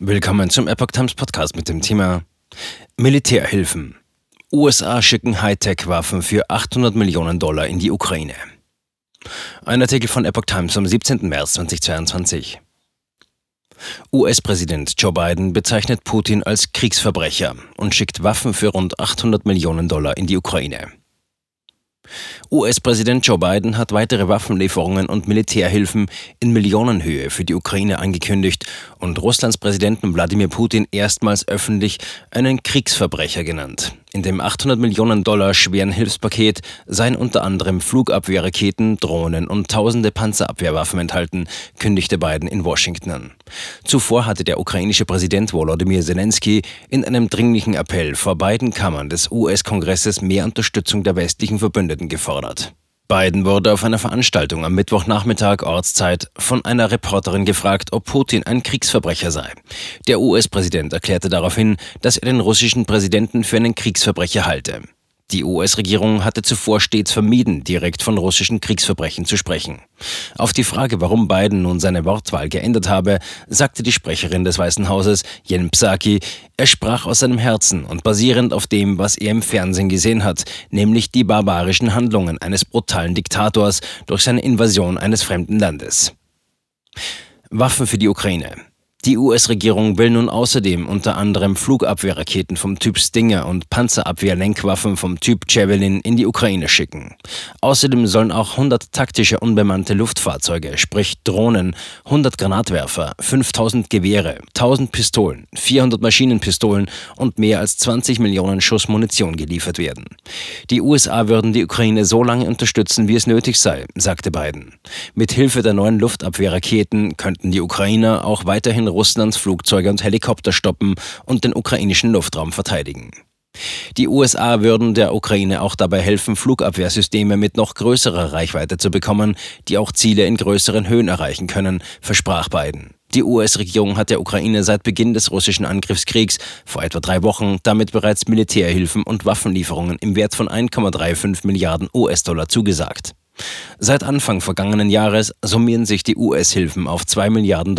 Willkommen zum Epoch Times Podcast mit dem Thema Militärhilfen. USA schicken Hightech-Waffen für $800 Millionen in die Ukraine. Ein Artikel von Epoch Times vom 17. März 2022. US-Präsident Joe Biden bezeichnet Putin als Kriegsverbrecher und schickt Waffen für rund $800 Millionen in die Ukraine. US-Präsident Joe Biden hat weitere Waffenlieferungen und Militärhilfen in Millionenhöhe für die Ukraine angekündigt und Russlands Präsidenten Wladimir Putin erstmals öffentlich einen Kriegsverbrecher genannt. In dem $800 Millionen schweren Hilfspaket seien unter anderem Flugabwehrraketen, Drohnen und tausende Panzerabwehrwaffen enthalten, kündigte Biden in Washington an. Zuvor hatte der ukrainische Präsident Volodymyr Zelensky in einem dringlichen Appell vor beiden Kammern des US-Kongresses mehr Unterstützung der westlichen Verbündeten gefordert. Biden wurde auf einer Veranstaltung am Mittwochnachmittag Ortszeit von einer Reporterin gefragt, ob Putin ein Kriegsverbrecher sei. Der US-Präsident erklärte daraufhin, dass er den russischen Präsidenten für einen Kriegsverbrecher halte. Die US-Regierung hatte zuvor stets vermieden, direkt von russischen Kriegsverbrechen zu sprechen. Auf die Frage, warum Biden nun seine Wortwahl geändert habe, sagte die Sprecherin des Weißen Hauses, Jen Psaki, er sprach aus seinem Herzen und basierend auf dem, was er im Fernsehen gesehen hat, nämlich die barbarischen Handlungen eines brutalen Diktators durch seine Invasion eines fremden Landes. Waffen für die Ukraine. Die US-Regierung will nun außerdem unter anderem Flugabwehrraketen vom Typ Stinger und Panzerabwehrlenkwaffen vom Typ Javelin in die Ukraine schicken. Außerdem sollen auch 100 taktische unbemannte Luftfahrzeuge, sprich Drohnen, 100 Granatwerfer, 5000 Gewehre, 1000 Pistolen, 400 Maschinenpistolen und mehr als 20 Millionen Schuss Munition geliefert werden. Die USA würden die Ukraine so lange unterstützen, wie es nötig sei, sagte Biden. Mit Hilfe der neuen Luftabwehrraketen könnten die Ukrainer auch weiterhin Russlands Flugzeuge und Helikopter stoppen und den ukrainischen Luftraum verteidigen. Die USA würden der Ukraine auch dabei helfen, Flugabwehrsysteme mit noch größerer Reichweite zu bekommen, die auch Ziele in größeren Höhen erreichen können, versprach Biden. Die US-Regierung hat der Ukraine seit Beginn des russischen Angriffskriegs vor etwa 3 Wochen damit bereits Militärhilfen und Waffenlieferungen im Wert von 1,35 Milliarden US-Dollar zugesagt. Seit Anfang vergangenen Jahres summieren sich die US-Hilfen auf $2 Milliarden.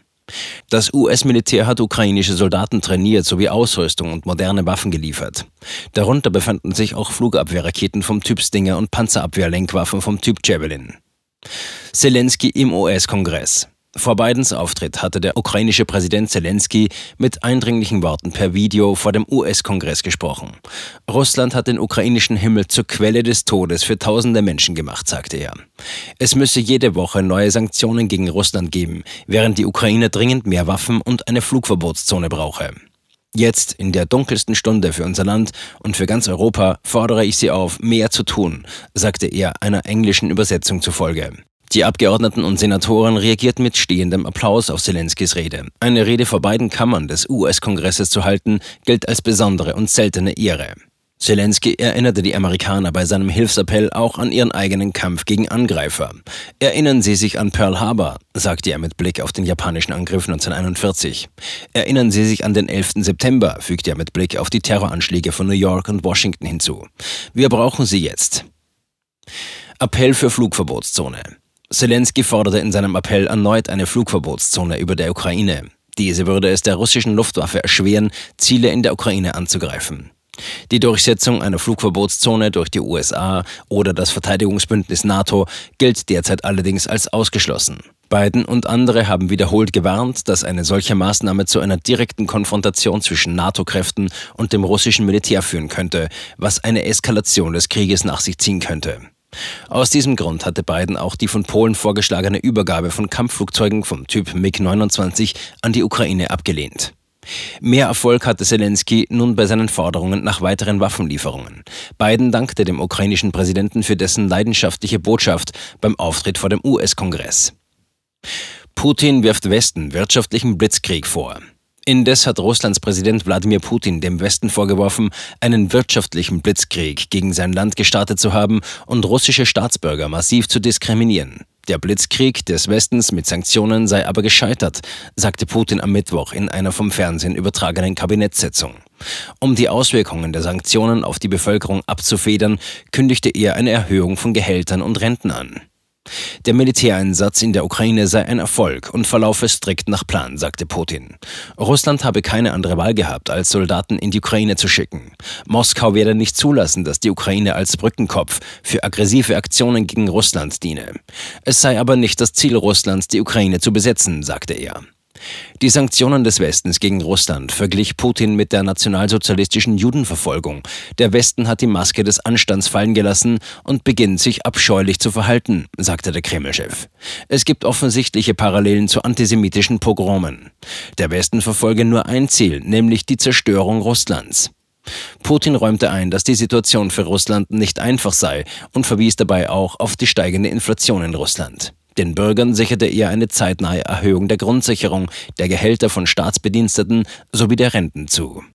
Das US-Militär hat ukrainische Soldaten trainiert sowie Ausrüstung und moderne Waffen geliefert. Darunter befanden sich auch Flugabwehrraketen vom Typ Stinger und Panzerabwehrlenkwaffen vom Typ Javelin. Zelensky im US-Kongress. Vor Bidens Auftritt hatte der ukrainische Präsident Zelensky mit eindringlichen Worten per Video vor dem US-Kongress gesprochen. Russland hat den ukrainischen Himmel zur Quelle des Todes für tausende Menschen gemacht, sagte er. Es müsse jede Woche neue Sanktionen gegen Russland geben, während die Ukraine dringend mehr Waffen und eine Flugverbotszone brauche. Jetzt, in der dunkelsten Stunde für unser Land und für ganz Europa, fordere ich Sie auf, mehr zu tun, sagte er einer englischen Übersetzung zufolge. Die Abgeordneten und Senatoren reagierten mit stehendem Applaus auf Zelenskys Rede. Eine Rede vor beiden Kammern des US-Kongresses zu halten, gilt als besondere und seltene Ehre. Zelensky erinnerte die Amerikaner bei seinem Hilfsappell auch an ihren eigenen Kampf gegen Angreifer. Erinnern Sie sich an Pearl Harbor, sagte er mit Blick auf den japanischen Angriff 1941. Erinnern Sie sich an den 11. September, fügte er mit Blick auf die Terroranschläge von New York und Washington hinzu. Wir brauchen sie jetzt. Appell für Flugverbotszone. Zelensky forderte in seinem Appell erneut eine Flugverbotszone über der Ukraine. Diese würde es der russischen Luftwaffe erschweren, Ziele in der Ukraine anzugreifen. Die Durchsetzung einer Flugverbotszone durch die USA oder das Verteidigungsbündnis NATO gilt derzeit allerdings als ausgeschlossen. Biden und andere haben wiederholt gewarnt, dass eine solche Maßnahme zu einer direkten Konfrontation zwischen NATO-Kräften und dem russischen Militär führen könnte, was eine Eskalation des Krieges nach sich ziehen könnte. Aus diesem Grund hatte Biden auch die von Polen vorgeschlagene Übergabe von Kampfflugzeugen vom Typ MiG-29 an die Ukraine abgelehnt. Mehr Erfolg hatte Zelensky nun bei seinen Forderungen nach weiteren Waffenlieferungen. Biden dankte dem ukrainischen Präsidenten für dessen leidenschaftliche Botschaft beim Auftritt vor dem US-Kongress. Putin wirft Westen wirtschaftlichen Blitzkrieg vor. Indes hat Russlands Präsident Wladimir Putin dem Westen vorgeworfen, einen wirtschaftlichen Blitzkrieg gegen sein Land gestartet zu haben und russische Staatsbürger massiv zu diskriminieren. Der Blitzkrieg des Westens mit Sanktionen sei aber gescheitert, sagte Putin am Mittwoch in einer vom Fernsehen übertragenen Kabinettssitzung. Um die Auswirkungen der Sanktionen auf die Bevölkerung abzufedern, kündigte er eine Erhöhung von Gehältern und Renten an. Der Militäreinsatz in der Ukraine sei ein Erfolg und verlaufe strikt nach Plan, sagte Putin. Russland habe keine andere Wahl gehabt, als Soldaten in die Ukraine zu schicken. Moskau werde nicht zulassen, dass die Ukraine als Brückenkopf für aggressive Aktionen gegen Russland diene. Es sei aber nicht das Ziel Russlands, die Ukraine zu besetzen, sagte er. Die Sanktionen des Westens gegen Russland verglich Putin mit der nationalsozialistischen Judenverfolgung. Der Westen hat die Maske des Anstands fallen gelassen und beginnt sich abscheulich zu verhalten, sagte der Kreml-Chef. Es gibt offensichtliche Parallelen zu antisemitischen Pogromen. Der Westen verfolge nur ein Ziel, nämlich die Zerstörung Russlands. Putin räumte ein, dass die Situation für Russland nicht einfach sei und verwies dabei auch auf die steigende Inflation in Russland. Den Bürgern sicherte er eine zeitnahe Erhöhung der Grundsicherung, der Gehälter von Staatsbediensteten sowie der Renten zu.